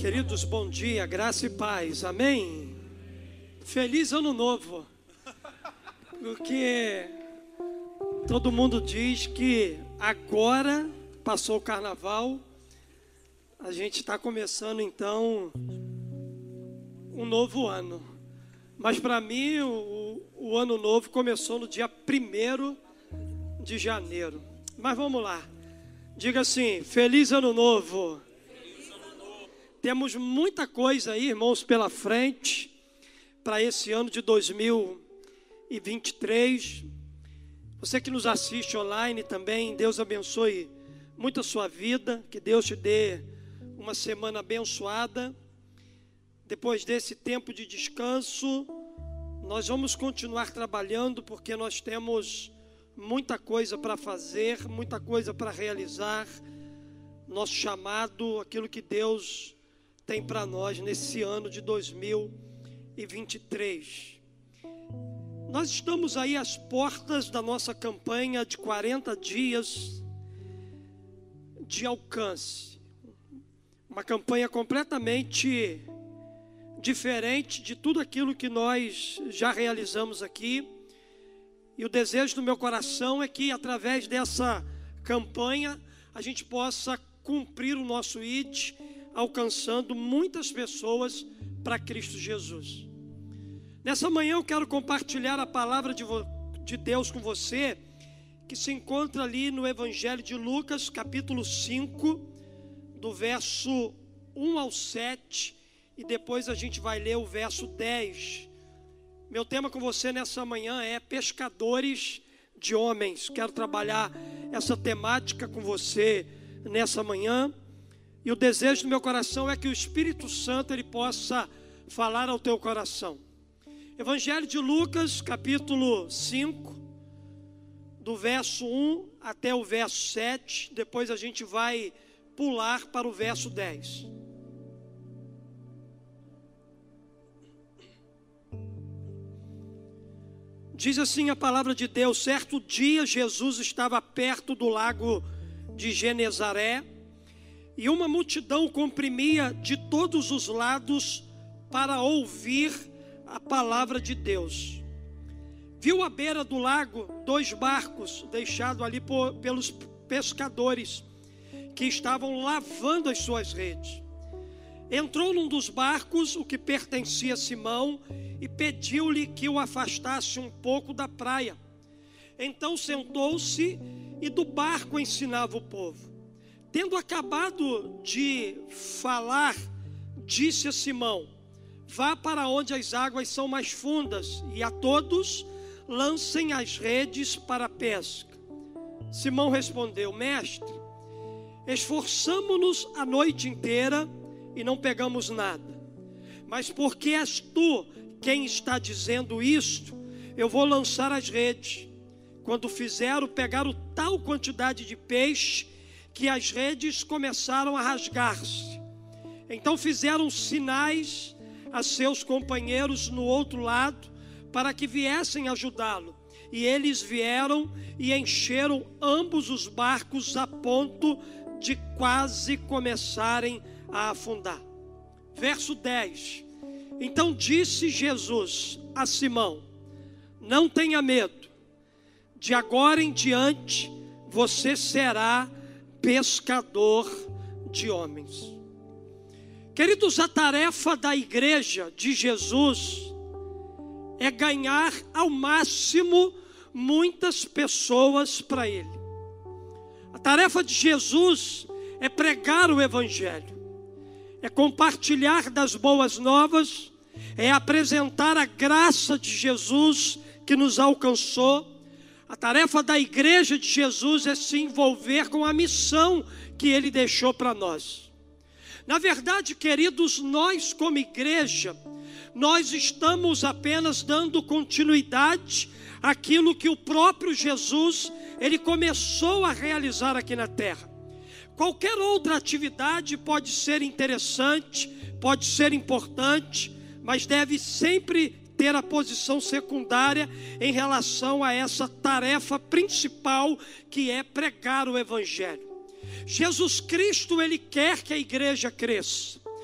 Queridos, bom dia, graça e paz, amém? Feliz ano novo, porque todo mundo diz que agora passou o carnaval, a gente está começando então um novo ano. Mas para mim o ano novo começou no dia 1º de janeiro. Mas vamos lá, diga assim, feliz ano novo. Temos muita coisa aí, irmãos, pela frente, para esse ano de 2023. Você que nos assiste online também, Deus abençoe muito a sua vida, que Deus te dê uma semana abençoada. Depois desse tempo de descanso, nós vamos continuar trabalhando, porque nós temos muita coisa para fazer, muita coisa para realizar. Nosso chamado, aquilo que Deus tem para nós nesse ano de 2023. Nós estamos aí às portas da nossa campanha de 40 dias de alcance. Uma campanha completamente diferente de tudo aquilo que nós já realizamos aqui. E o desejo do meu coração é que através dessa campanha a gente possa cumprir o nosso ID, alcançando muitas pessoas para Cristo Jesus. Nessa manhã eu quero compartilhar a palavra de Deus com você, que se encontra ali no Evangelho de Lucas, capítulo 5, do verso 1 ao 7, e depois a gente vai ler o verso 10. Meu tema com você nessa manhã é pescadores de homens. Quero trabalhar essa temática com você nessa manhã. E o desejo do meu coração é que o Espírito Santo ele possa falar ao teu coração. Evangelho de Lucas, capítulo 5, do verso 1 até o verso 7. Depois a gente vai pular para o verso 10. Diz assim a palavra de Deus: certo dia Jesus estava perto do lago de Genezaré, e uma multidão o comprimia de todos os lados para ouvir a palavra de Deus. Viu à beira do lago 2 barcos deixados ali pelos pescadores, que estavam lavando as suas redes. Entrou num dos barcos, o que pertencia a Simão, e pediu-lhe que o afastasse um pouco da praia. Então sentou-se e do barco ensinava o povo. Tendo acabado de falar, disse a Simão: vá para onde as águas são mais fundas, e a todos lancem as redes para a pesca. Simão respondeu: mestre, esforçamo-nos a noite inteira e não pegamos nada. Mas porque és tu quem está dizendo isto, eu vou lançar as redes. Quando fizeram, pegaram tal quantidade de peixe que as redes começaram a rasgar-se. Então fizeram sinais a seus companheiros no outro lado, para que viessem ajudá-lo. E eles vieram e encheram ambos os barcos a ponto de quase começarem a afundar. Verso 10. Então disse Jesus a Simão: não tenha medo, de agora em diante você será pescador de homens. Queridos, a tarefa da igreja de Jesus é ganhar ao máximo muitas pessoas para Ele. A tarefa de Jesus é pregar o Evangelho, é compartilhar das boas novas, é apresentar a graça de Jesus que nos alcançou. A tarefa da igreja de Jesus é se envolver com a missão que Ele deixou para nós. Na verdade, queridos, nós como igreja, nós estamos apenas dando continuidade àquilo que o próprio Jesus, Ele começou a realizar aqui na terra. Qualquer outra atividade pode ser interessante, pode ser importante, mas deve sempre ter a posição secundária em relação a essa tarefa principal, que é pregar o Evangelho. Jesus Cristo, Ele quer que a igreja cresça.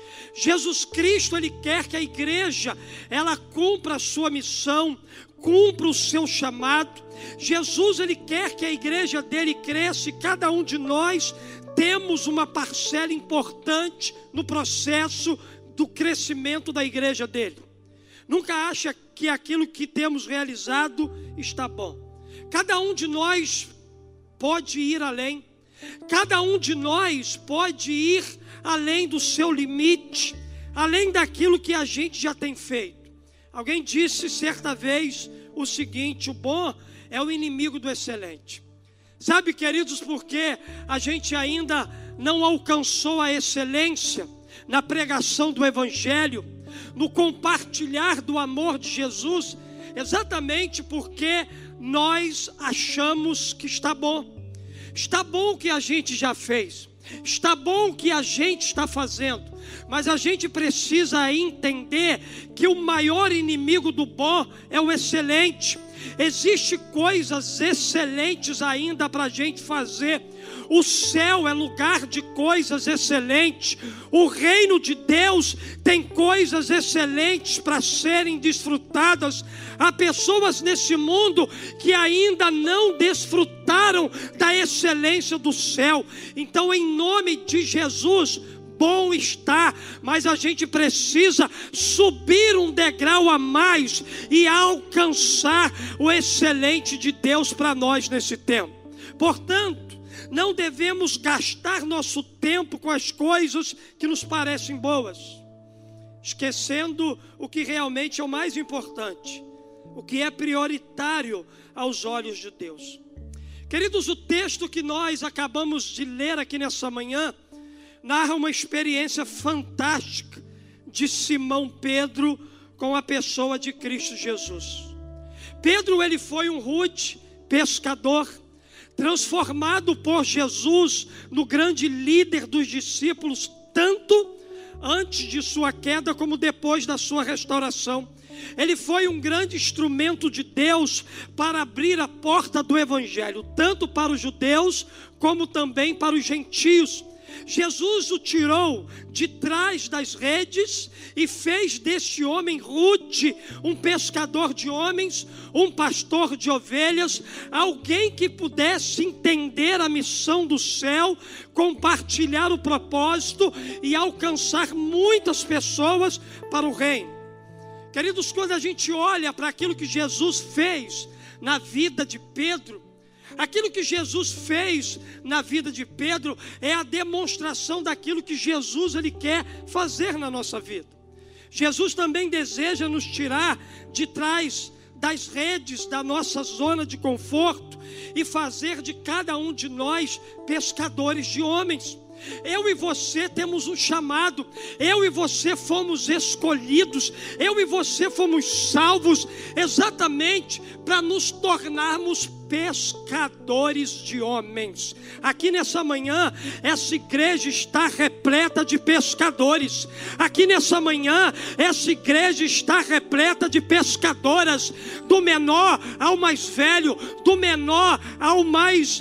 Jesus Cristo, Ele quer que a igreja, ela cumpra a sua missão, cumpra o seu chamado. Jesus, Ele quer que a igreja dele cresça, e cada um de nós temos uma parcela importante no processo do crescimento da igreja dele. Nunca acha que aquilo que temos realizado está bom. Cada um de nós pode ir além. Cada um de nós pode ir além do seu limite, além daquilo que a gente já tem feito. Alguém disse certa vez o seguinte: o bom é o inimigo do excelente. Sabe, queridos, porque a gente ainda não alcançou a excelência na pregação do Evangelho, no compartilhar do amor de Jesus, exatamente porque nós achamos que está bom. Está bom o que a gente já fez, está bom o que a gente está fazendo, mas a gente precisa entender que o maior inimigo do bom é o excelente. Existem coisas excelentes ainda para a gente fazer. O céu é lugar de coisas excelentes. O reino de Deus tem coisas excelentes para serem desfrutadas. Há pessoas nesse mundo que ainda não desfrutaram da excelência do céu. Então, em nome de Jesus, bom está, mas a gente precisa subir um degrau a mais e alcançar o excelente de Deus para nós nesse tempo. Portanto, não devemos gastar nosso tempo com as coisas que nos parecem boas, esquecendo o que realmente é o mais importante, o que é prioritário aos olhos de Deus. Queridos, o texto que nós acabamos de ler aqui nessa manhã narra uma experiência fantástica de Simão Pedro com a pessoa de Cristo Jesus. Pedro, ele foi um rude pescador, transformado por Jesus no grande líder dos discípulos, tanto antes de sua queda como depois da sua restauração. Ele foi um grande instrumento de Deus para abrir a porta do Evangelho, tanto para os judeus como também para os gentios. Jesus o tirou de trás das redes e fez deste homem rude um pescador de homens, um pastor de ovelhas, alguém que pudesse entender a missão do céu, compartilhar o propósito e alcançar muitas pessoas para o reino. Queridos, quando a gente olha para aquilo que Jesus fez na vida de Pedro, aquilo que Jesus fez na vida de Pedro é a demonstração daquilo que Jesus ele quer fazer na nossa vida. Jesus também deseja nos tirar de trás das redes da nossa zona de conforto e fazer de cada um de nós pescadores de homens. Eu e você temos um chamado, eu e você fomos escolhidos, eu e você fomos salvos exatamente para nos tornarmos pescadores de homens. Aqui nessa manhã, essa igreja está repleta de pescadores. Aqui nessa manhã, essa igreja está repleta de pescadoras, do menor ao mais velho, do menor ao mais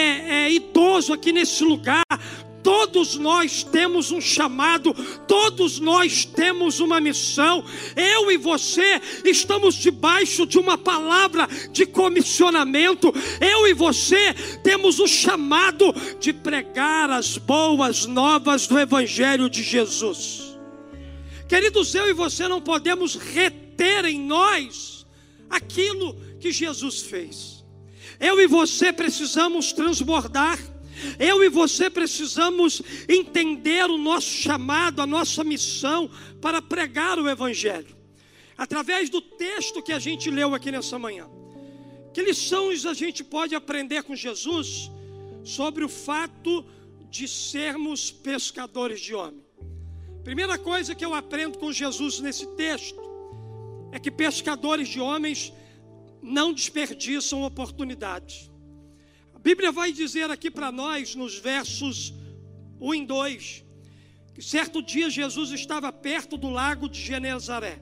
idoso aqui nesse lugar. Todos nós temos um chamado, todos nós temos uma missão. Eu e você estamos debaixo de uma palavra de comissionamento. Eu e você temos o chamado de pregar as boas novas do Evangelho de Jesus. Queridos, eu e você não podemos reter em nós aquilo que Jesus fez. Eu e você precisamos transbordar. Eu e você precisamos entender o nosso chamado, a nossa missão para pregar o Evangelho. Através do texto que a gente leu aqui nessa manhã, que lições a gente pode aprender com Jesus sobre o fato de sermos pescadores de homens? Primeira coisa que eu aprendo com Jesus nesse texto é que pescadores de homens não desperdiçam oportunidades. A Bíblia vai dizer aqui para nós, nos versos 1 e 2, que certo dia Jesus estava perto do lago de Genezaré,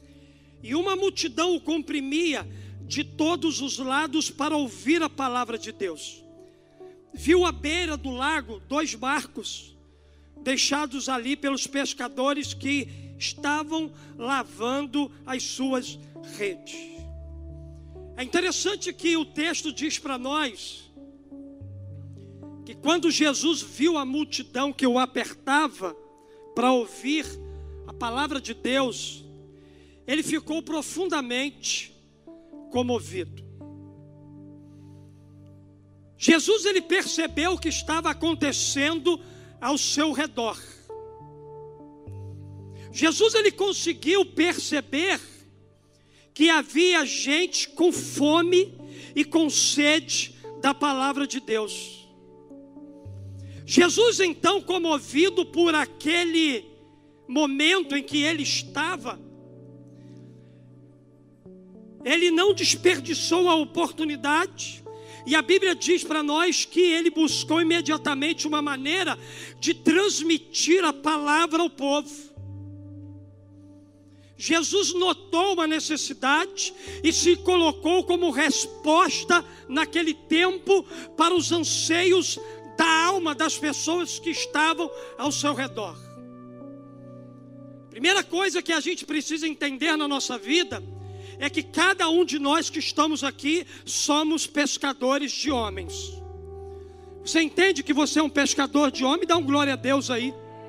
e uma multidão o comprimia de todos os lados para ouvir a palavra de Deus. Viu à beira do lago 2 barcos, deixados ali pelos pescadores que estavam lavando as suas redes. É interessante que o texto diz para nós que quando Jesus viu a multidão que o apertava para ouvir a palavra de Deus, ele ficou profundamente comovido. Jesus, ele percebeu o que estava acontecendo ao seu redor. Jesus, ele conseguiu perceber que havia gente com fome e com sede da palavra de Deus. Jesus, então, comovido por aquele momento em que ele estava, ele não desperdiçou a oportunidade. E a Bíblia diz para nós que ele buscou imediatamente uma maneira de transmitir a palavra ao povo. Jesus notou uma necessidade e se colocou como resposta naquele tempo para os anseios da alma das pessoas que estavam ao seu redor. Primeira coisa que a gente precisa entender na nossa vida é que cada um de nós que estamos aqui somos pescadores de homens. Você entende que você é um pescador de homem? Dá um glória a Deus aí.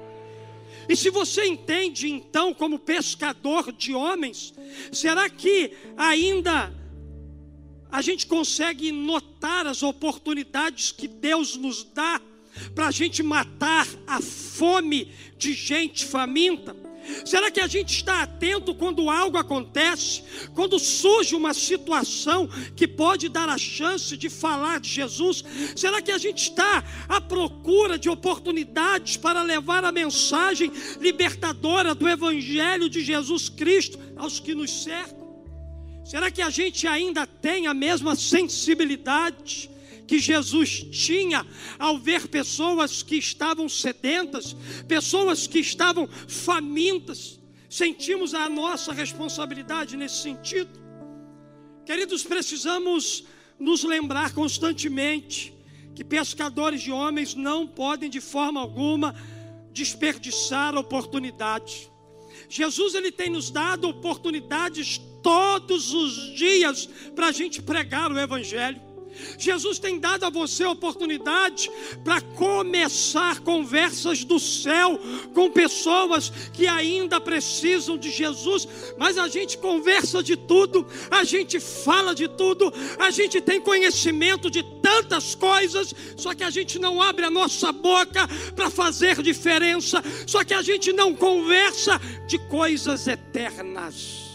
E se você entende então como pescador de homens, será que ainda a gente consegue notar as oportunidades que Deus nos dá para a gente matar a fome de gente faminta? Será que a gente está atento quando algo acontece, quando surge uma situação que pode dar a chance de falar de Jesus? Será que a gente está à procura de oportunidades para levar a mensagem libertadora do Evangelho de Jesus Cristo aos que nos cercam? Será que a gente ainda tem a mesma sensibilidade que Jesus tinha ao ver pessoas que estavam sedentas, pessoas que estavam famintas? Sentimos a nossa responsabilidade nesse sentido? Queridos, precisamos nos lembrar constantemente que pescadores de homens não podem de forma alguma desperdiçar oportunidades. Jesus, ele tem nos dado oportunidades todos os dias para a gente pregar o Evangelho. Jesus tem dado a você a oportunidade para começar conversas do céu com pessoas que ainda precisam de Jesus. Mas a gente conversa de tudo, a gente fala de tudo, a gente tem conhecimento de tantas coisas, só que a gente não abre a nossa boca para fazer diferença, só que a gente não conversa de coisas eternas.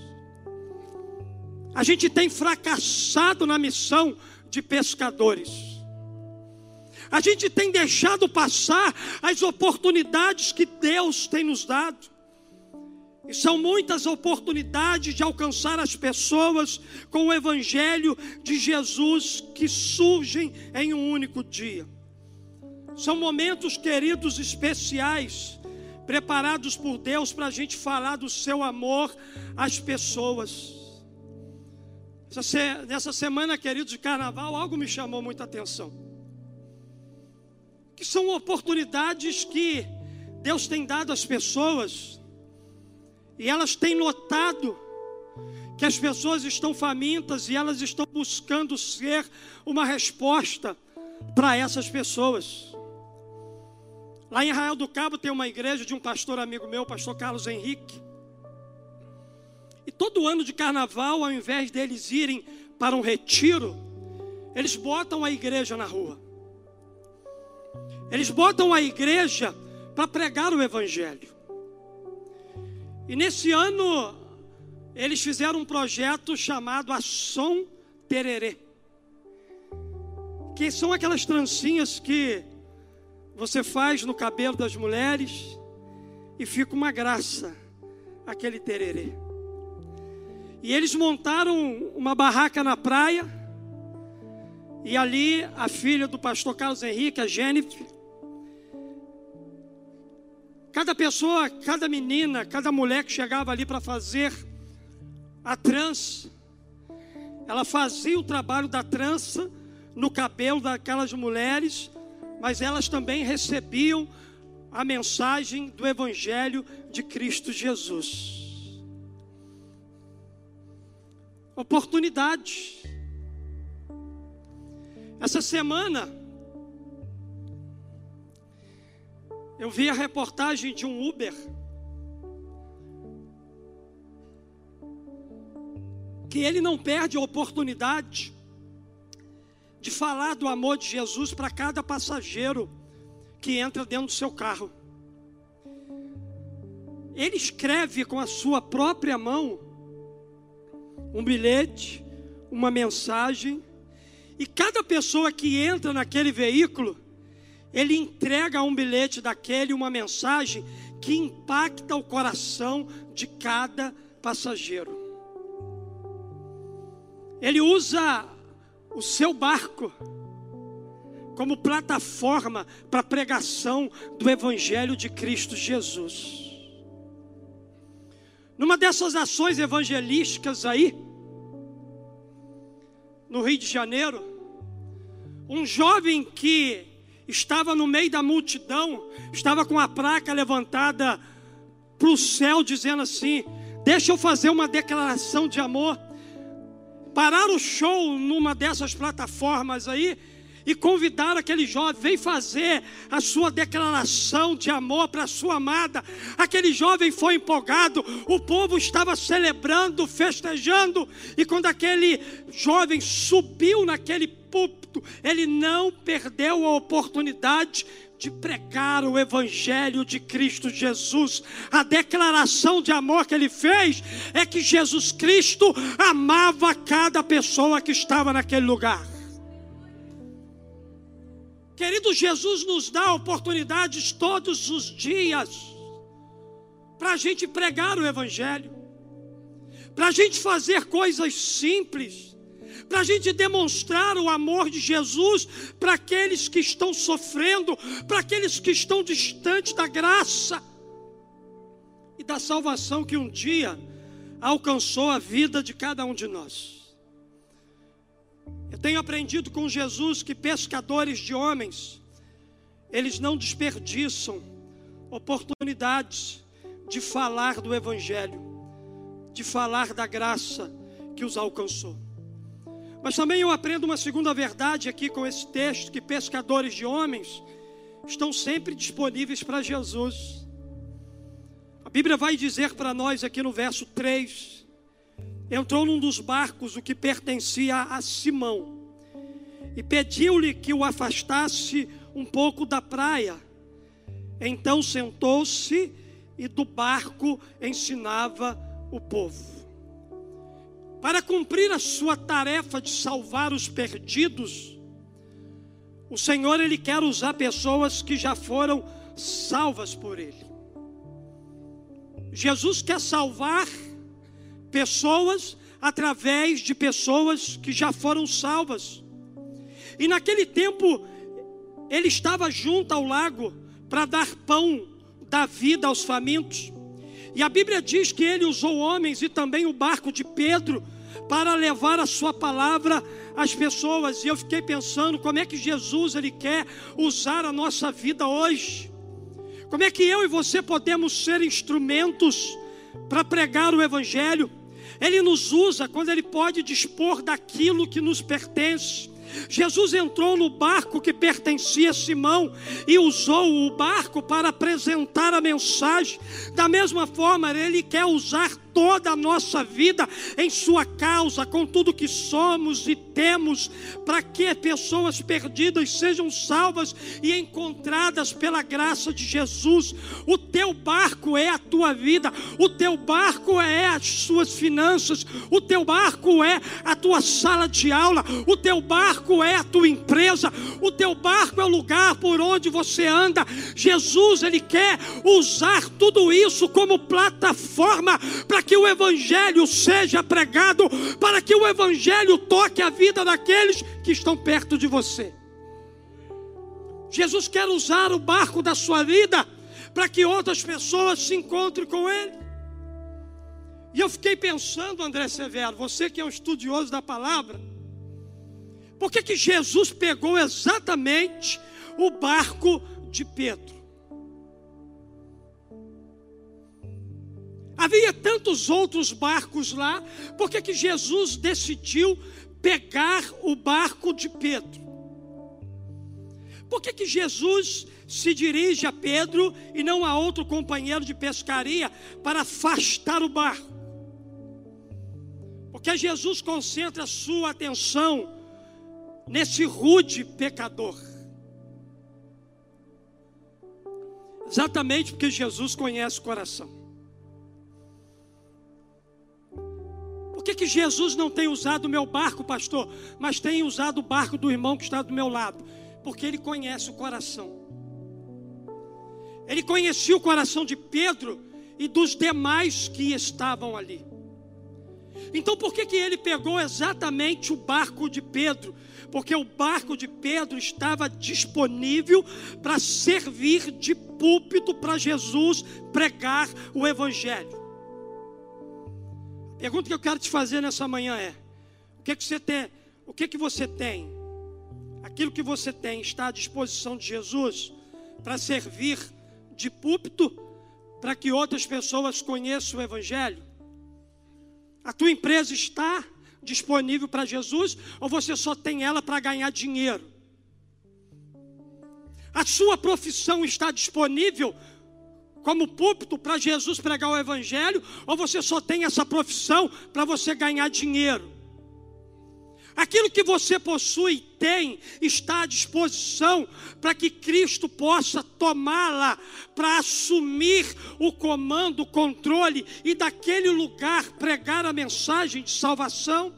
A gente tem fracassado na missão de pescadores. A gente tem deixado passar as oportunidades que Deus tem nos dado. E são muitas oportunidades de alcançar as pessoas com o Evangelho de Jesus que surgem em um único dia. São momentos, queridos, especiais, preparados por Deus para a gente falar do seu amor às pessoas. Nessa semana, queridos, de carnaval, algo me chamou muita atenção. Que são oportunidades que Deus tem dado às pessoas, e elas têm notado que as pessoas estão famintas e elas estão buscando ser uma resposta para essas pessoas. Lá em Arraial do Cabo tem uma igreja de um pastor amigo meu, o pastor Carlos Henrique. E todo ano de carnaval, ao invés deles irem para um retiro, eles botam a igreja na rua. Eles botam a igreja para pregar o Evangelho. E nesse ano, eles fizeram um projeto chamado Ação Tererê, que são aquelas trancinhas que você faz no cabelo das mulheres e fica uma graça, aquele tererê. E eles montaram uma barraca na praia, e ali a filha do pastor Carlos Henrique, a Jennifer, cada pessoa, cada menina, cada mulher que chegava ali para fazer a trança, ela fazia o trabalho da trança no cabelo daquelas mulheres, mas elas também recebiam a mensagem do Evangelho de Cristo Jesus. Oportunidade. Essa semana eu vi a reportagem de um Uber que ele não perde a oportunidade de falar do amor de Jesus para cada passageiro que entra dentro do seu carro. Ele escreve com a sua própria mão um bilhete, uma mensagem, e cada pessoa que entra naquele veículo, ele entrega um bilhete daquele, uma mensagem que impacta o coração de cada passageiro. Ele usa o seu barco como plataforma para a pregação do Evangelho de Cristo Jesus. Numa dessas ações evangelísticas aí, no Rio de Janeiro, um jovem que estava no meio da multidão, estava com a placa levantada para o céu, dizendo assim: deixa eu fazer uma declaração de amor. Pararam o show numa dessas plataformas aí e convidaram aquele jovem: vem fazer a sua declaração de amor para a sua amada. Aquele jovem foi empolgado, o povo estava celebrando, festejando, e quando aquele jovem subiu naquele púlpito, ele não perdeu a oportunidade de pregar o Evangelho de Cristo Jesus. A declaração de amor que ele fez é que Jesus Cristo amava cada pessoa que estava naquele lugar. Querido, Jesus nos dá oportunidades todos os dias para a gente pregar o Evangelho, para a gente fazer coisas simples, para a gente demonstrar o amor de Jesus para aqueles que estão sofrendo, para aqueles que estão distantes da graça e da salvação que um dia alcançou a vida de cada um de nós. Eu tenho aprendido com Jesus que pescadores de homens, eles não desperdiçam oportunidades de falar do Evangelho, de falar da graça que os alcançou. Mas também eu aprendo uma segunda verdade aqui com esse texto, que pescadores de homens estão sempre disponíveis para Jesus. A Bíblia vai dizer para nós aqui no verso 3, entrou num dos barcos o que pertencia a Simão e pediu-lhe que o afastasse um pouco da praia. Então sentou-se e do barco ensinava o povo. Para cumprir a sua tarefa de salvar os perdidos, o Senhor, Ele quer usar pessoas que já foram salvas por Ele. Jesus quer salvar pessoas através de pessoas que já foram salvas. E naquele tempo, Ele estava junto ao lago para dar pão da vida aos famintos. E a Bíblia diz que Ele usou homens e também o barco de Pedro para levar a sua palavra às pessoas. E eu fiquei pensando, como é que Jesus, Ele quer usar a nossa vida hoje? Como é que eu e você podemos ser instrumentos para pregar o Evangelho? Ele nos usa quando Ele pode dispor daquilo que nos pertence. Jesus entrou no barco que pertencia a Simão e usou o barco para apresentar a mensagem. Da mesma forma, Ele quer usar toda a nossa vida em sua causa, com tudo que somos e temos, para que pessoas perdidas sejam salvas e encontradas pela graça de Jesus. O teu barco é a tua vida, o teu barco é as suas finanças, o teu barco é a tua sala de aula, o teu barco é a tua empresa, o teu barco é o lugar por onde você anda. Jesus, Ele quer usar tudo isso como plataforma para que o Evangelho seja pregado, para que o Evangelho toque a vida daqueles que estão perto de você. Jesus quer usar o barco da sua vida para que outras pessoas se encontrem com Ele. E eu fiquei pensando, André Severo, você que é um estudioso da palavra, por que Jesus pegou exatamente o barco de Pedro? Havia tantos outros barcos lá, por que Jesus decidiu pegar o barco de Pedro? Por que Jesus se dirige a Pedro e não a outro companheiro de pescaria para afastar o barco? Porque Jesus concentra a sua atenção nesse rude pecador. Exatamente porque Jesus conhece o coração. Por que Jesus não tem usado o meu barco, pastor, mas tem usado o barco do irmão que está do meu lado? Porque ele conhece o coração. Ele conhecia o coração de Pedro e dos demais que estavam ali. Então por que ele pegou exatamente o barco de Pedro? Porque o barco de Pedro estava disponível para servir de púlpito para Jesus pregar o evangelho. A pergunta que eu quero te fazer nessa manhã é: o que você tem? O que você tem? Aquilo que você tem está à disposição de Jesus para servir de púlpito para que outras pessoas conheçam o evangelho? A tua empresa está disponível para Jesus ou você só tem ela para ganhar dinheiro? A sua profissão está disponível como púlpito para Jesus pregar o evangelho ou você só tem essa profissão para você ganhar dinheiro? Aquilo que você possui e tem está à disposição para que Cristo possa tomá-la, para assumir o comando, o controle e daquele lugar pregar a mensagem de salvação.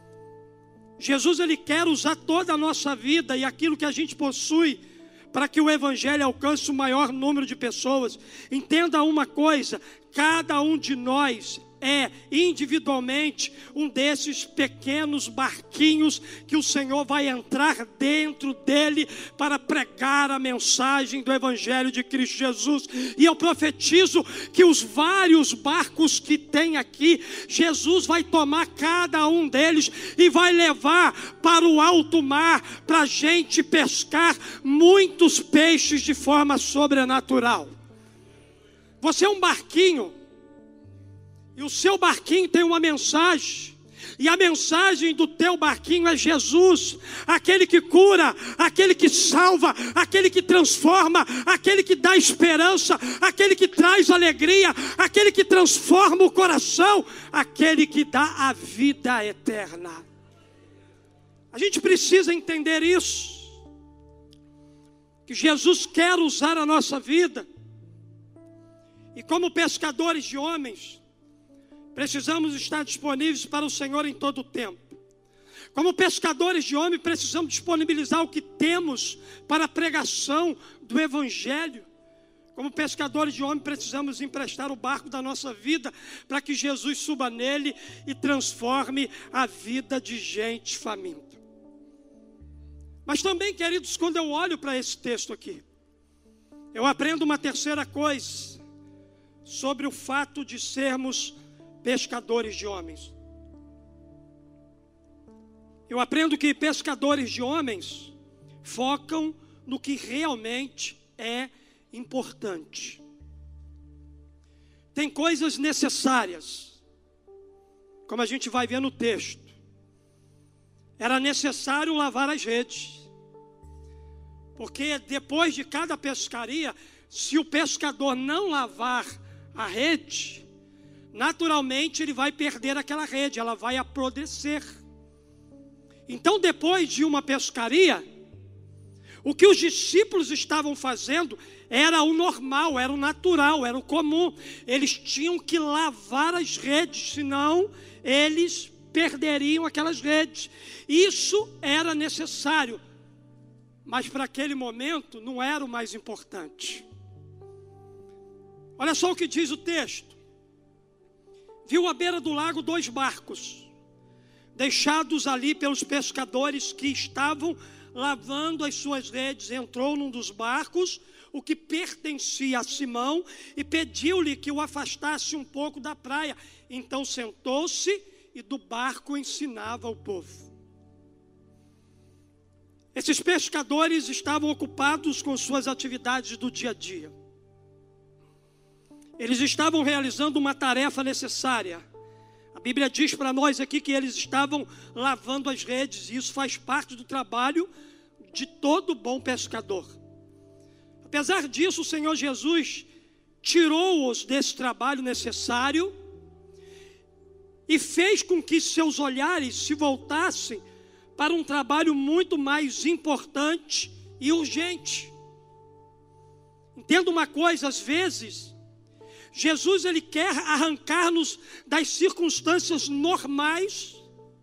Jesus, ele quer usar toda a nossa vida e aquilo que a gente possui para que o evangelho alcance o maior número de pessoas. Entenda uma coisa: cada um de nós é individualmente um desses pequenos barquinhos que o Senhor vai entrar dentro dele para pregar a mensagem do evangelho de Cristo Jesus. E eu profetizo que os vários barcos que tem aqui, Jesus vai tomar cada um deles e vai levar para o alto mar para a gente pescar muitos peixes de forma sobrenatural. Você é um barquinho. E o seu barquinho tem uma mensagem. E a mensagem do teu barquinho é Jesus, aquele que cura, aquele que salva, aquele que transforma, aquele que dá esperança, aquele que traz alegria, aquele que transforma o coração, aquele que dá a vida eterna. A gente precisa entender isso, que Jesus quer usar a nossa vida. E como pescadores de homens, precisamos estar disponíveis para o Senhor em todo o tempo. Como pescadores de homens, precisamos disponibilizar o que temos para a pregação do evangelho. Como pescadores de homens, precisamos emprestar o barco da nossa vida para que Jesus suba nele e transforme a vida de gente faminta. Mas também, queridos, quando eu olho para esse texto aqui, eu aprendo uma terceira coisa sobre o fato de sermos pescadores de homens. Eu aprendo que pescadores de homens focam no que realmente é importante. Tem coisas necessárias, como a gente vai ver no texto. Era necessário lavar as redes, porque depois de cada pescaria, se o pescador não lavar a rede, naturalmente ele vai perder aquela rede, ela vai apodrecer. Então, depois de uma pescaria, o que os discípulos estavam fazendo era o normal, era o natural, era o comum. Eles tinham que lavar as redes, senão eles perderiam aquelas redes. Isso era necessário, mas para aquele momento não era o mais importante. Olha só o que diz o texto. Viu à beira do lago 2 barcos, deixados ali pelos pescadores que estavam lavando as suas redes. Entrou num dos barcos, o que pertencia a Simão, e pediu-lhe que o afastasse um pouco da praia. Então sentou-se e do barco ensinava o povo. Esses pescadores estavam ocupados com suas atividades do dia a dia. Eles estavam realizando uma tarefa necessária. A Bíblia diz para nós aqui que eles estavam lavando as redes, e isso faz parte do trabalho de todo bom pescador. Apesar disso, o Senhor Jesus tirou-os desse trabalho necessário e fez com que seus olhares se voltassem para um trabalho muito mais importante e urgente. Entenda uma coisa, às vezes, Jesus ele quer arrancar-nos das circunstâncias normais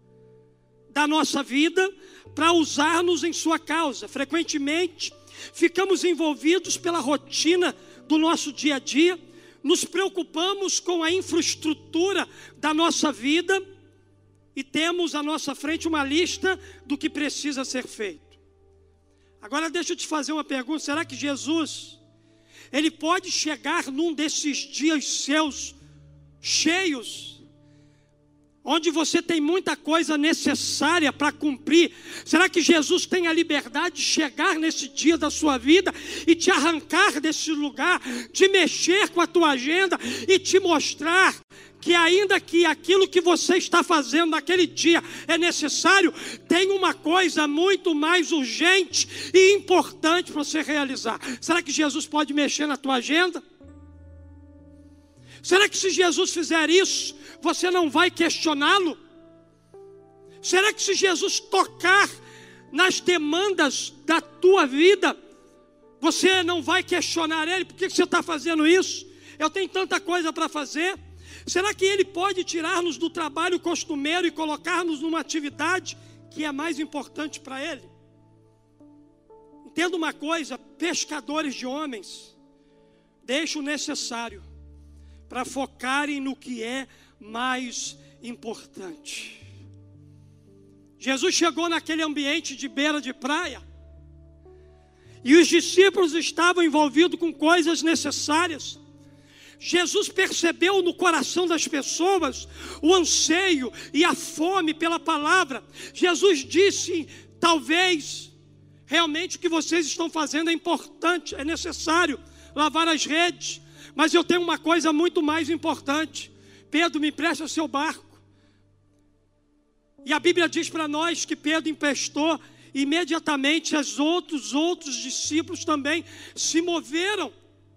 da nossa vida para usar-nos em sua causa. Frequentemente, ficamos envolvidos pela rotina do nosso dia a dia, nos preocupamos com a infraestrutura da nossa vida e temos à nossa frente uma lista do que precisa ser feito. Agora deixa eu te fazer uma pergunta, será que Jesus, ele pode chegar num desses dias seus cheios, onde você tem muita coisa necessária para cumprir? Será que Jesus tem a liberdade de chegar nesse dia da sua vida e te arrancar desse lugar, de mexer com a tua agenda e te mostrar que ainda que aquilo que você está fazendo naquele dia é necessário, tem uma coisa muito mais urgente e importante para você realizar? Será que Jesus pode mexer na tua agenda? Será que se Jesus fizer isso, você não vai questioná-lo? Será que se Jesus tocar nas demandas da tua vida, você não vai questionar Ele? Por que você está fazendo isso? Eu tenho tanta coisa para fazer. Será que Ele pode tirar-nos do trabalho costumeiro e colocar-nos numa atividade que é mais importante para Ele? Entenda uma coisa, pescadores de homens, deixam o necessário para focarem no que é mais importante. Jesus chegou naquele ambiente de beira de praia, e os discípulos estavam envolvidos com coisas necessárias. Jesus percebeu no coração das pessoas o anseio e a fome pela palavra. Jesus disse: talvez realmente o que vocês estão fazendo é importante, é necessário lavar as redes, mas eu tenho uma coisa muito mais importante. Pedro, me empresta seu barco. E a Bíblia diz para nós que Pedro emprestou, e imediatamente os outros discípulos também se moveram.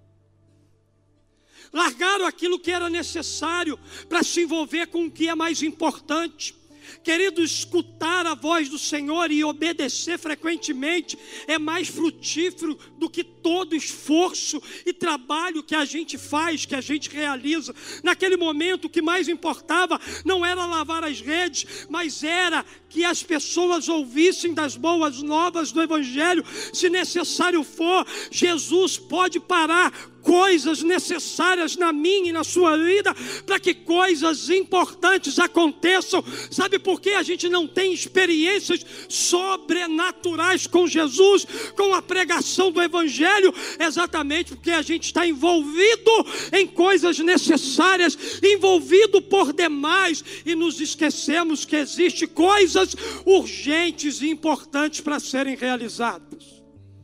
Largaram aquilo que era necessário para se envolver com o que é mais importante. Querido, escutar a voz do Senhor e obedecer frequentemente é mais frutífero do que todo esforço e trabalho que a gente faz, que a gente realiza. Naquele momento, o que mais importava não era lavar as redes, mas era que as pessoas ouvissem das boas novas do Evangelho. Se necessário for, Jesus pode parar coisas necessárias na minha e na sua vida, para que coisas importantes aconteçam. Sabe por que a gente não tem experiências sobrenaturais com Jesus, com a pregação do Evangelho? Exatamente porque a gente está envolvido em coisas necessárias, envolvido por demais, e nos esquecemos que existem coisas urgentes e importantes para serem realizadas.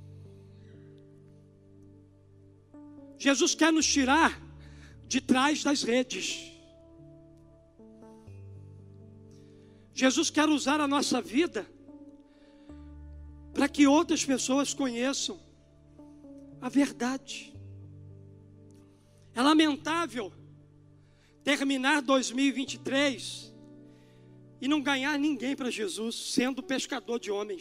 Jesus quer nos tirar de trás das redes. Jesus quer usar a nossa vida para que outras pessoas conheçam a verdade. É lamentável terminar 2023 e não ganhar ninguém para Jesus, sendo pescador de homens.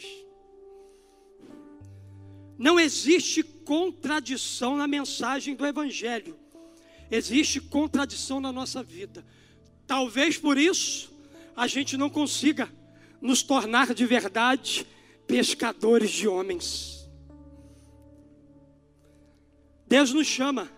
Não existe contradição na mensagem do Evangelho. Existe contradição na nossa vida. Talvez por isso a gente não consiga nos tornar de verdade pescadores de homens. Deus nos chama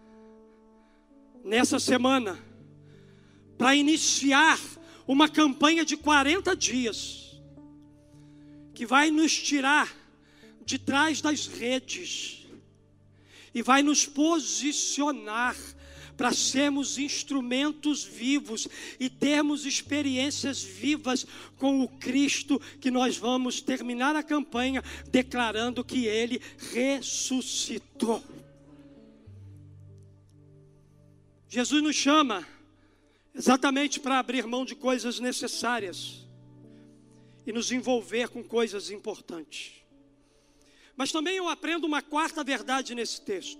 nessa semana para iniciar uma campanha de 40 dias que vai nos tirar de trás das redes e vai nos posicionar para sermos instrumentos vivos e termos experiências vivas com o Cristo, que nós vamos terminar a campanha declarando que Ele ressuscitou. Jesus nos chama exatamente para abrir mão de coisas necessárias e nos envolver com coisas importantes. Mas também eu aprendo uma quarta verdade nesse texto.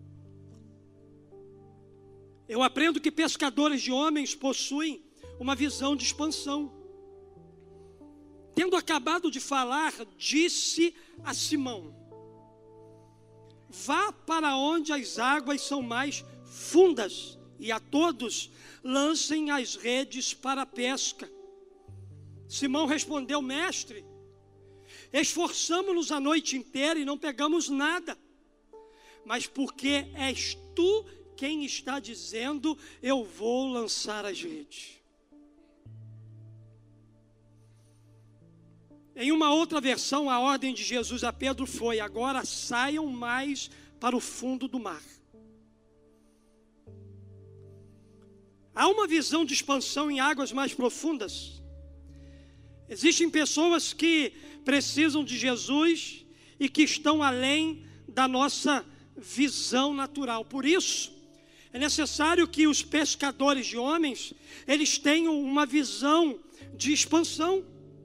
Eu aprendo que pescadores de homens possuem uma visão de expansão. Tendo acabado de falar, disse a Simão: vá para onde as águas são mais fundas, e a todos lancem as redes para a pesca. Simão respondeu: mestre, esforçamo-nos a noite inteira e não pegamos nada. Mas porque és tu quem está dizendo, eu vou lançar as redes. Em uma outra versão, a ordem de Jesus a Pedro foi: agora saiam mais para o fundo do mar. Há uma visão de expansão em águas mais profundas. Existem pessoas que precisam de Jesus e que estão além da nossa visão natural. Por isso, é necessário que os pescadores de homens, eles tenham uma visão de expansão.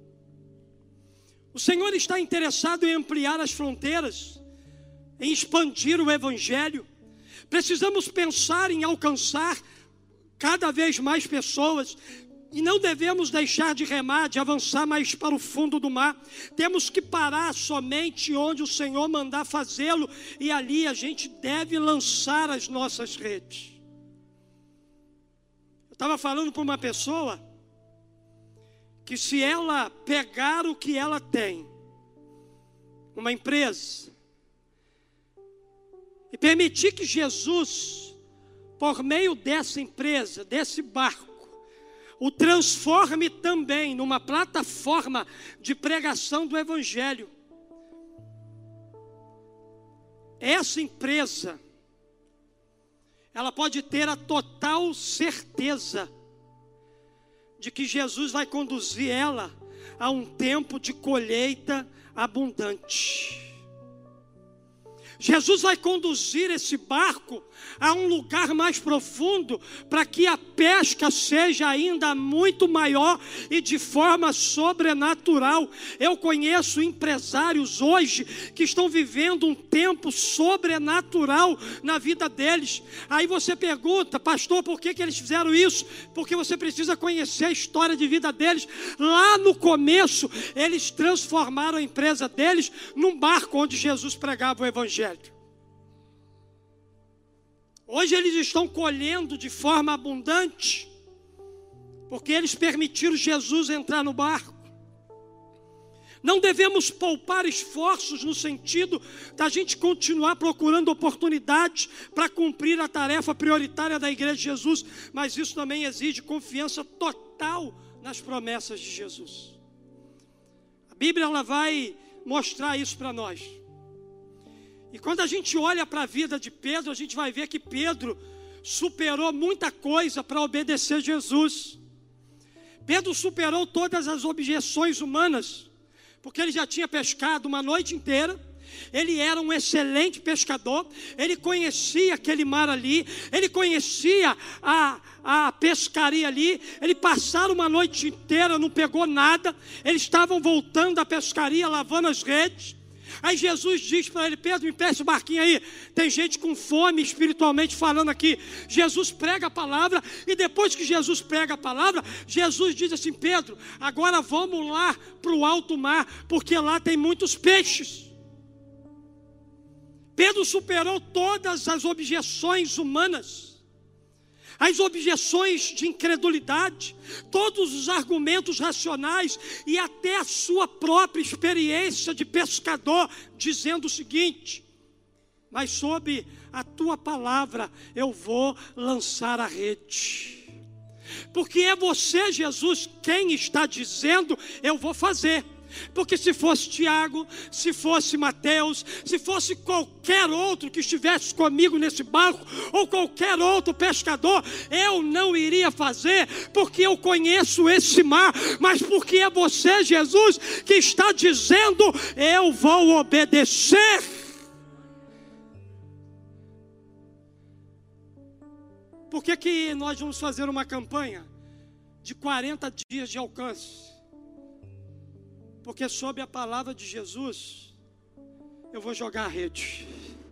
O Senhor está interessado em ampliar as fronteiras, em expandir o Evangelho. Precisamos pensar em alcançar cada vez mais pessoas, e não devemos deixar de remar, de avançar mais para o fundo do mar. Temos que parar somente onde o Senhor mandar fazê-lo, e ali a gente deve lançar as nossas redes. Eu estava falando para uma pessoa que se ela pegar o que ela tem, uma empresa, e permitir que Jesus, por meio dessa empresa, desse barco, o transforme também numa plataforma de pregação do Evangelho. Essa empresa, ela pode ter a total certeza de que Jesus vai conduzir ela a um tempo de colheita abundante. Jesus vai conduzir esse barco a um lugar mais profundo, para que a pesca seja ainda muito maior e de forma sobrenatural. Eu conheço empresários hoje que estão vivendo um tempo sobrenatural na vida deles. Aí você pergunta: pastor, por que eles fizeram isso? Porque você precisa conhecer a história de vida deles. Lá no começo, eles transformaram a empresa deles num barco onde Jesus pregava o Evangelho. Hoje eles estão colhendo de forma abundante, porque eles permitiram Jesus entrar no barco. Não devemos poupar esforços no sentido da gente continuar procurando oportunidades para cumprir a tarefa prioritária da Igreja de Jesus, mas isso também exige confiança total nas promessas de Jesus. A Bíblia, ela vai mostrar isso para nós. E quando a gente olha para a vida de Pedro, a gente vai ver que Pedro superou muita coisa para obedecer Jesus. Pedro superou todas as objeções humanas, porque ele já tinha pescado uma noite inteira. Ele era um excelente pescador, ele conhecia aquele mar ali, ele conhecia a pescaria ali. Ele passaram uma noite inteira, não pegou nada. Eles estavam voltando da pescaria, lavando as redes. Aí Jesus diz para ele: Pedro, me empresta o barquinho aí. Tem gente com fome espiritualmente falando aqui. Jesus prega a palavra, e depois que Jesus prega a palavra, Jesus diz assim: Pedro, agora vamos lá para o alto mar, porque lá tem muitos peixes. Pedro superou todas as objeções humanas, as objeções de incredulidade, todos os argumentos racionais e até a sua própria experiência de pescador, dizendo o seguinte: mas sob a tua palavra eu vou lançar a rede. Porque é você, Jesus, quem está dizendo: eu vou fazer. Porque se fosse Tiago, se fosse Mateus, se fosse qualquer outro que estivesse comigo nesse barco, ou qualquer outro pescador, eu não iria fazer, porque eu conheço esse mar. Mas porque é você, Jesus, que está dizendo: eu vou obedecer. por que nós vamos fazer uma campanha de 40 dias de alcance? Porque sob a palavra de Jesus, eu vou jogar a rede.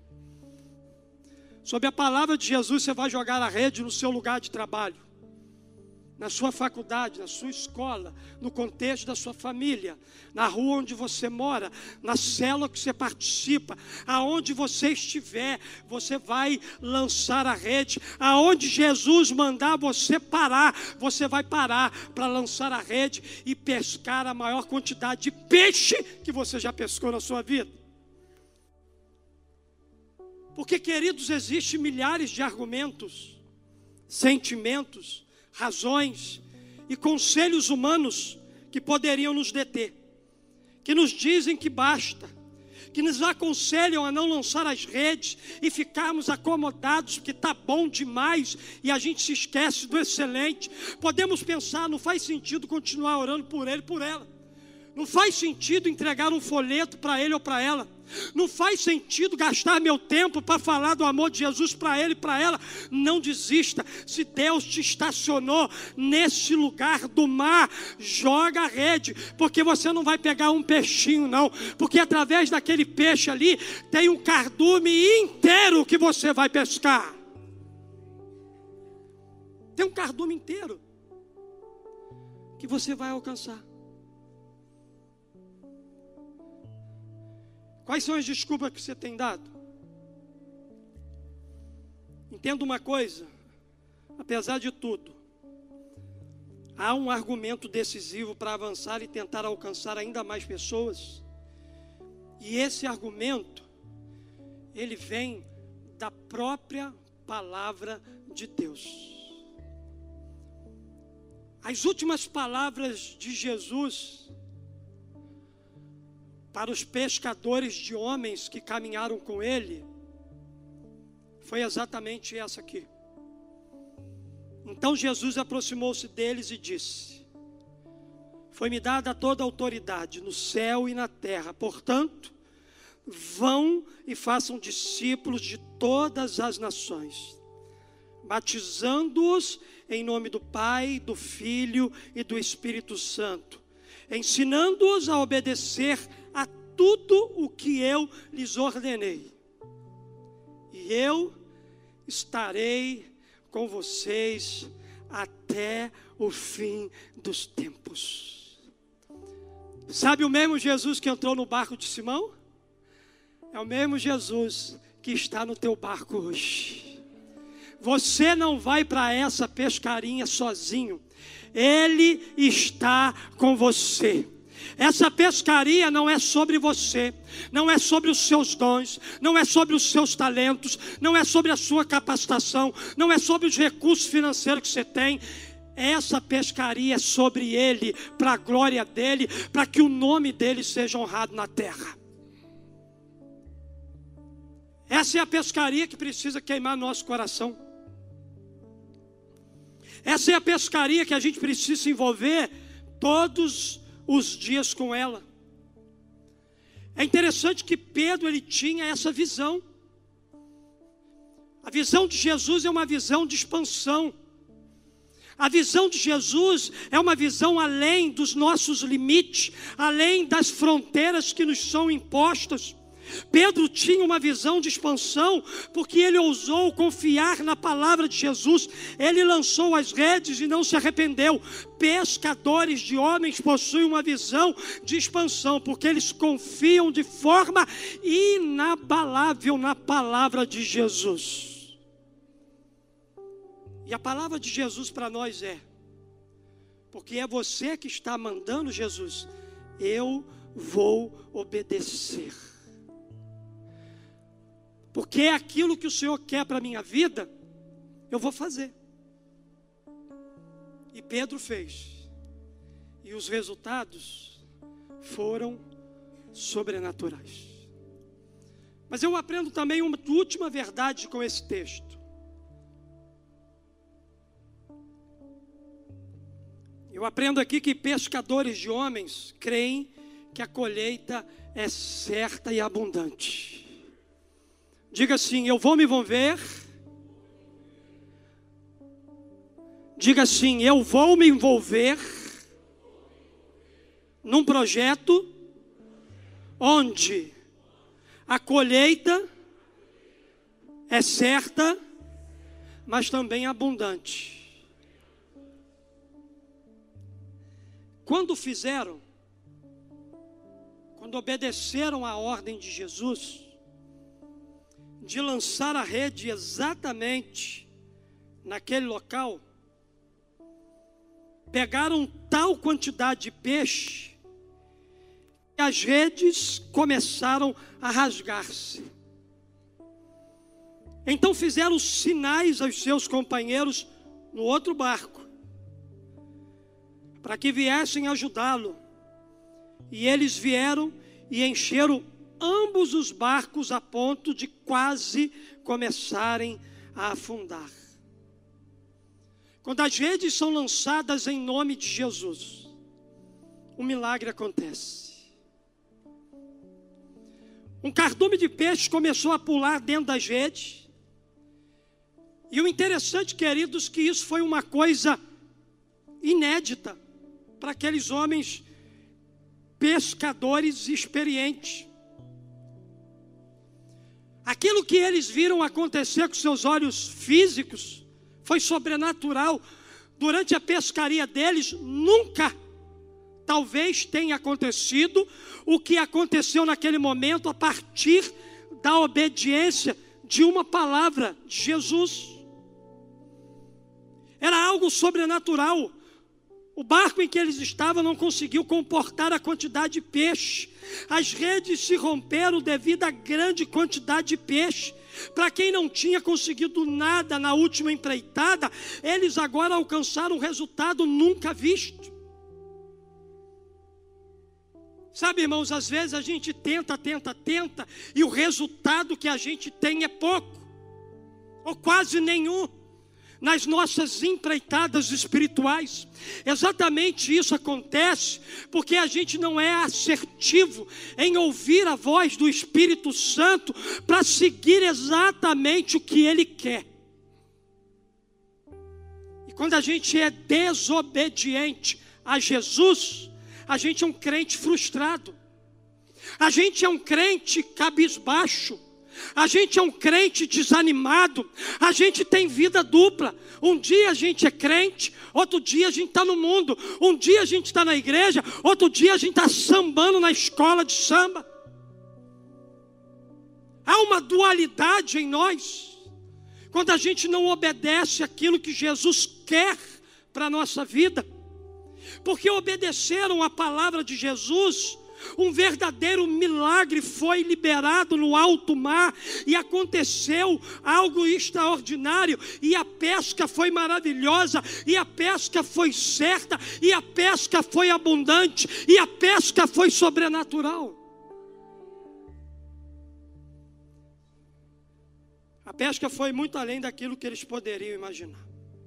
Sob a palavra de Jesus, você vai jogar a rede no seu lugar de trabalho, na sua faculdade, na sua escola, no contexto da sua família, na rua onde você mora, na célula que você participa, aonde você estiver, você vai lançar a rede. Aonde Jesus mandar você parar, você vai parar para lançar a rede e pescar a maior quantidade de peixe que você já pescou na sua vida. Porque, queridos, existem milhares de argumentos, sentimentos, razões e conselhos humanos que poderiam nos deter, que nos dizem que basta, que nos aconselham a não lançar as redes e ficarmos acomodados porque está bom demais e a gente se esquece do excelente. Podemos pensar, não faz sentido continuar orando por ele, por ela. Não faz sentido entregar um folheto para ele ou para ela. Não faz sentido gastar meu tempo para falar do amor de Jesus para ele e para ela. Não desista. Se Deus te estacionou nesse lugar do mar, joga a rede, porque você não vai pegar um peixinho não, porque através daquele peixe ali tem um cardume inteiro que você vai pescar. Tem um cardume inteiro que você vai alcançar. Quais são as desculpas que você tem dado? Entenda uma coisa, apesar de tudo, há um argumento decisivo para avançar e tentar alcançar ainda mais pessoas. E esse argumento, ele vem da própria palavra de Deus. As últimas palavras de Jesus para os pescadores de homens que caminharam com ele, foi exatamente essa aqui. Então Jesus aproximou-se deles e disse: foi-me dada toda a autoridade no céu e na terra, portanto, vão e façam discípulos de todas as nações, batizando-os em nome do Pai, do Filho e do Espírito Santo, ensinando-os a obedecer a tudo o que eu lhes ordenei. E eu estarei com vocês até o fim dos tempos. Sabe o mesmo Jesus que entrou no barco de Simão? É o mesmo Jesus que está no teu barco hoje. Você não vai para essa pescarinha sozinho. Ele está com você. Essa pescaria não é sobre você, não é sobre os seus dons, não é sobre os seus talentos, não é sobre a sua capacitação, não é sobre os recursos financeiros que você tem. Essa pescaria é sobre Ele, para a glória dEle, para que o nome dEle seja honrado na terra. Essa é a pescaria que precisa queimar nosso coração. Essa é a pescaria que a gente precisa se envolver todos os dias com ela. É interessante que Pedro, ele tinha essa visão. A visão de Jesus é uma visão de expansão. A visão de Jesus é uma visão além dos nossos limites, além das fronteiras que nos são impostas. Pedro tinha uma visão de expansão, porque ele ousou confiar na palavra de Jesus. Ele lançou as redes e não se arrependeu. Pescadores de homens possuem uma visão de expansão, porque eles confiam de forma inabalável na palavra de Jesus. E a palavra de Jesus para nós é: porque é você que está mandando, Jesus, eu vou obedecer. Porque é aquilo que o Senhor quer para a minha vida, eu vou fazer. E Pedro fez. E os resultados foram sobrenaturais. Mas eu aprendo também uma última verdade com esse texto. Eu aprendo aqui que pescadores de homens creem que a colheita é certa e abundante. Diga assim: eu vou me envolver Diga assim: eu vou me envolver num projeto onde a colheita é certa, mas também abundante. Quando obedeceram à ordem de Jesus, de lançar a rede exatamente naquele local, pegaram tal quantidade de peixe, que as redes começaram a rasgar-se. Então fizeram sinais aos seus companheiros no outro barco, para que viessem ajudá-lo. E eles vieram e encheram ambos os barcos a ponto de quase começarem a afundar. Quando as redes são lançadas em nome de Jesus, um milagre acontece. Um cardume de peixes começou a pular dentro das redes. E o interessante, queridos, que isso foi uma coisa inédita para aqueles homens pescadores experientes. Aquilo que eles viram acontecer com seus olhos físicos foi sobrenatural. Durante a pescaria deles, nunca, talvez, tenha acontecido o que aconteceu naquele momento a partir da obediência de uma palavra de Jesus. Era algo sobrenatural. O barco em que eles estavam não conseguiu comportar a quantidade de peixe. As redes se romperam devido à grande quantidade de peixe. Para quem não tinha conseguido nada na última empreitada, eles agora alcançaram um resultado nunca visto. Sabe, irmãos, às vezes a gente tenta, e o resultado que a gente tem é pouco, ou quase nenhum. Nas nossas empreitadas espirituais, exatamente isso acontece porque a gente não é assertivo em ouvir a voz do Espírito Santo para seguir exatamente o que Ele quer. E quando a gente é desobediente a Jesus, a gente é um crente frustrado, a gente é um crente cabisbaixo, a gente é um crente desanimado, a gente tem vida dupla. Um dia a gente é crente, outro dia a gente está no mundo. Um dia a gente está na igreja, outro dia a gente está sambando na escola de samba. Há uma dualidade em nós, quando a gente não obedece aquilo que Jesus quer para a nossa vida. Porque obedeceram a palavra de Jesus, um verdadeiro milagre foi liberado no alto mar e aconteceu algo extraordinário, e a pesca foi maravilhosa, e a pesca foi certa, e a pesca foi abundante, e a pesca foi sobrenatural. A pesca foi muito além daquilo que eles poderiam imaginar.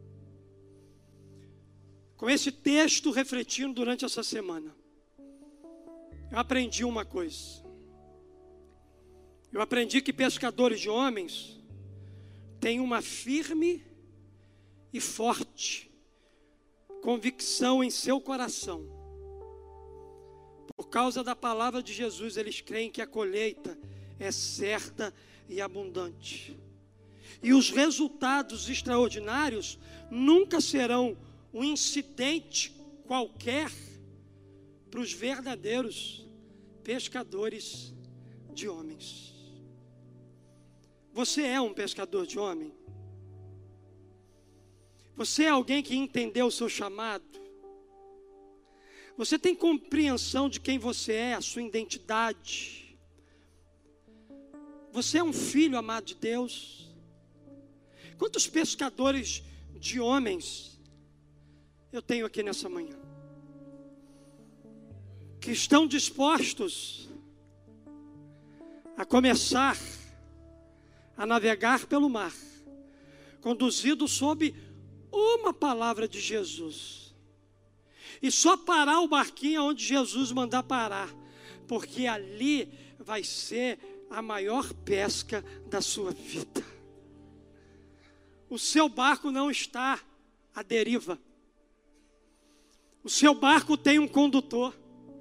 Com esse texto refletindo durante essa semana, eu aprendi uma coisa. Eu aprendi que pescadores de homens têm uma firme e forte convicção em seu coração. Por causa da palavra de Jesus, eles creem que a colheita é certa e abundante. E os resultados extraordinários nunca serão um incidente qualquer para os verdadeiros pescadores de homens. Você é um pescador de homem? Você é alguém que entendeu o seu chamado? Você tem compreensão de quem você é, a sua identidade? Você é um filho amado de Deus? Quantos pescadores de homens eu tenho aqui nessa manhã, que estão dispostos a começar a navegar pelo mar, conduzidos sob uma palavra de Jesus, e só parar o barquinho onde Jesus mandar parar, porque ali vai ser a maior pesca da sua vida. O seu barco não está à deriva. O seu barco tem um condutor.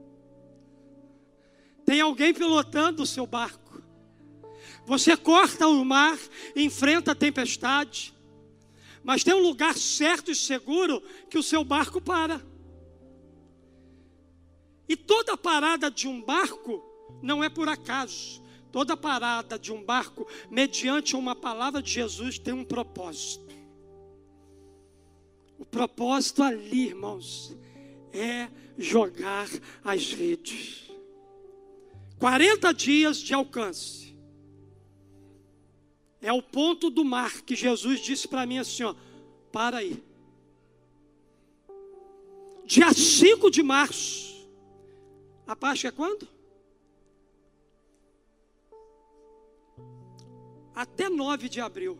Tem alguém pilotando o seu barco. Você corta o mar, enfrenta a tempestade, mas tem um lugar certo e seguro que o seu barco para. E toda parada de um barco não é por acaso. Toda parada de um barco, mediante uma palavra de Jesus, tem um propósito. O propósito ali, irmãos, é jogar as redes. 40 dias de alcance. É o ponto do mar que Jesus disse para mim assim, ó, para aí. Dia 5 de março. A Páscoa é quando? Até 9 de abril.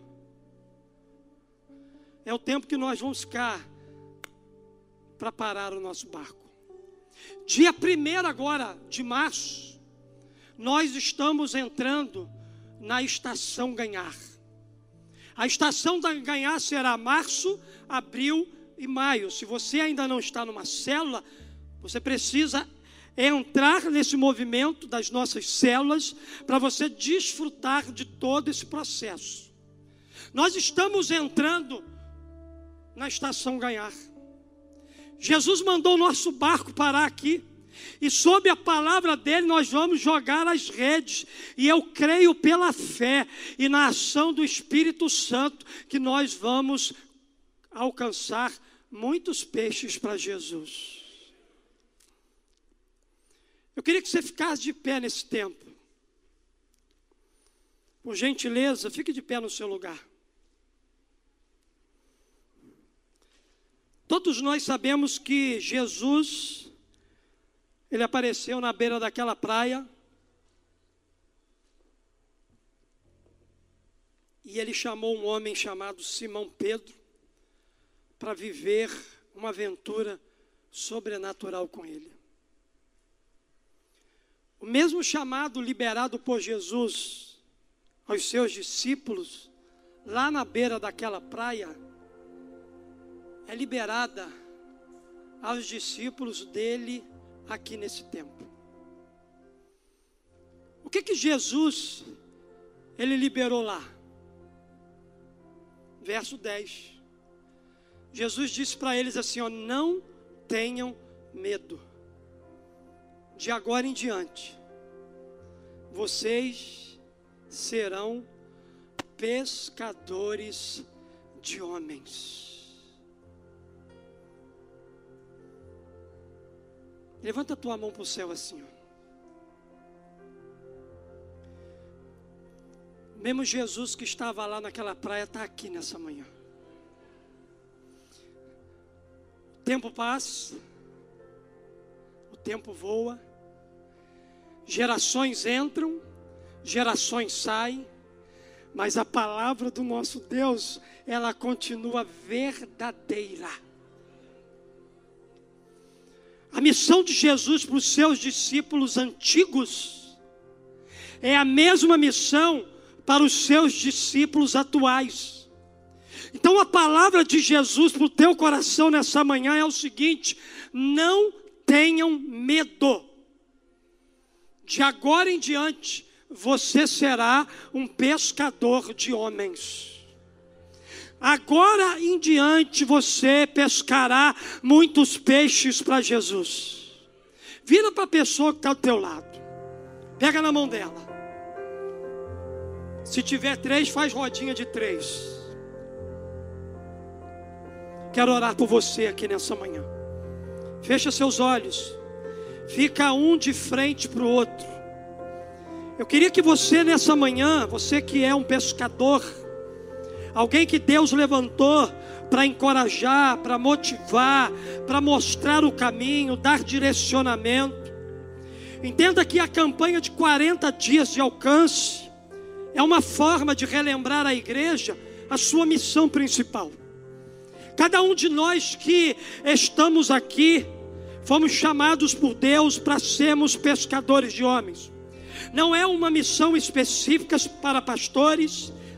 É o tempo que nós vamos ficar para parar o nosso barco. Dia 1º agora de março, nós estamos entrando na estação ganhar. A estação da ganhar será março, abril e maio. Se você ainda não está numa célula, você precisa entrar nesse movimento das nossas células para você desfrutar de todo esse processo. Nós estamos entrando na estação ganhar. Jesus mandou o nosso barco parar aqui. E sob a palavra dele nós vamos jogar as redes. E eu creio pela fé e na ação do Espírito Santo que nós vamos alcançar muitos peixes para Jesus. Eu queria que você ficasse de pé nesse tempo. Por gentileza, fique de pé no seu lugar. Todos nós sabemos que Jesus, ele apareceu na beira daquela praia. E ele chamou um homem chamado Simão Pedro para viver uma aventura sobrenatural com ele. O mesmo chamado liberado por Jesus aos seus discípulos, lá na beira daquela praia, é liberada aos discípulos dele aqui nesse tempo. O que Jesus, ele liberou lá? Verso 10. Jesus disse para eles assim, ó, não tenham medo. De agora em diante, vocês serão pescadores de homens. Levanta a tua mão para o céu assim, ó. Mesmo Jesus que estava lá naquela praia está aqui nessa manhã. O tempo passa, o tempo voa. Gerações entram, gerações saem, mas a palavra do nosso Deus, ela continua verdadeira. A missão de Jesus para os seus discípulos antigos é a mesma missão para os seus discípulos atuais. Então a palavra de Jesus para o teu coração nessa manhã é o seguinte: não tenham medo. De agora em diante, você será um pescador de homens. Agora em diante, você pescará muitos peixes para Jesus. Vira para a pessoa que está do teu lado. Pega na mão dela. Se tiver 3, faz rodinha de 3. Quero orar por você aqui nessa manhã. Fecha seus olhos. Fica um de frente para o outro. Eu queria que você nessa manhã, você que é um pescador, alguém que Deus levantou para encorajar, para motivar, para mostrar o caminho, dar direcionamento. Entenda que a campanha de 40 dias de alcance é uma forma de relembrar à igreja a sua missão principal. Cada um de nós que estamos aqui, fomos chamados por Deus para sermos pescadores de homens. Não é uma missão específica para pastores,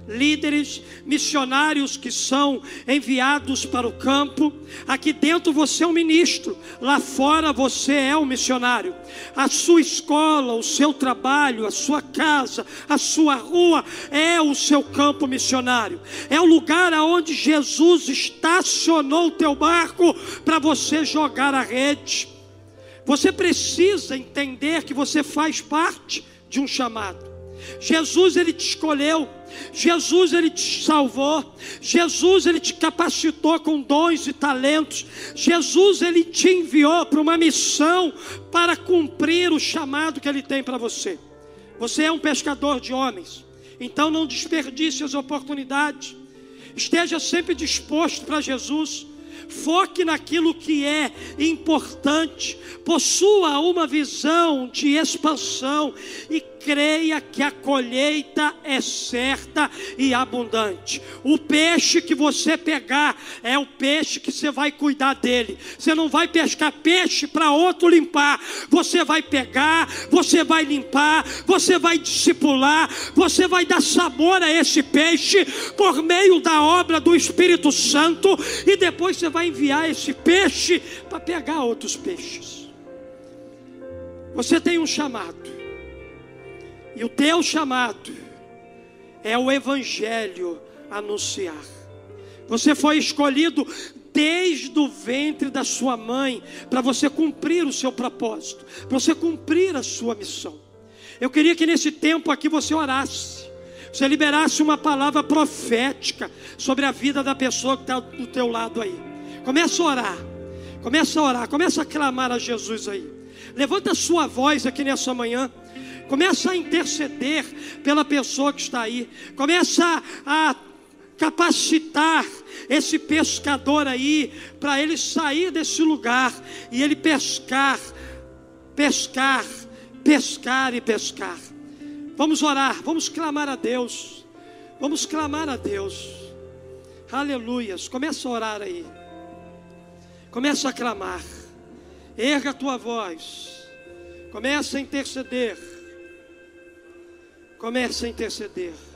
líderes, missionários que são enviados para o campo. Aqui dentro você é um ministro, lá fora você é um missionário. A sua escola, o seu trabalho, a sua casa, a sua rua é o seu campo missionário. É o lugar aonde Jesus estacionou o teu barco para você jogar a rede. Você precisa entender que você faz parte de um chamado. Jesus, ele te escolheu. Jesus, ele te salvou. Jesus, ele te capacitou com dons e talentos. Jesus, ele te enviou para uma missão, para cumprir o chamado que ele tem para você. Você é um pescador de homens, então não desperdice as oportunidades. Esteja sempre disposto para Jesus. Foque naquilo que é importante. Possua uma visão de expansão e creia que a colheita é certa e abundante. O peixe que você pegar é o peixe que você vai cuidar dele. Você não vai pescar peixe para outro limpar. Você vai pegar, você vai limpar, você vai discipular, você vai dar sabor a esse peixe por meio da obra do Espírito Santo, e depois você vai enviar esse peixe para pegar outros peixes. Você tem um chamado, e o teu chamado é o evangelho anunciar. Você foi escolhido desde o ventre da sua mãe para você cumprir o seu propósito, para você cumprir a sua missão. Eu queria que nesse tempo aqui você orasse, você liberasse uma palavra profética sobre a vida da pessoa que está do teu lado aí. Começa a orar, começa a clamar a Jesus aí. Levanta a sua voz aqui nessa manhã. Começa a interceder pela pessoa que está aí. Começa a capacitar esse pescador aí, para ele sair desse lugar e ele pescar. Vamos orar, vamos clamar a Deus. Vamos clamar a Deus. Aleluias. Começa a orar aí. Começa a clamar. Erga a tua voz. Começa a interceder. Começa a interceder.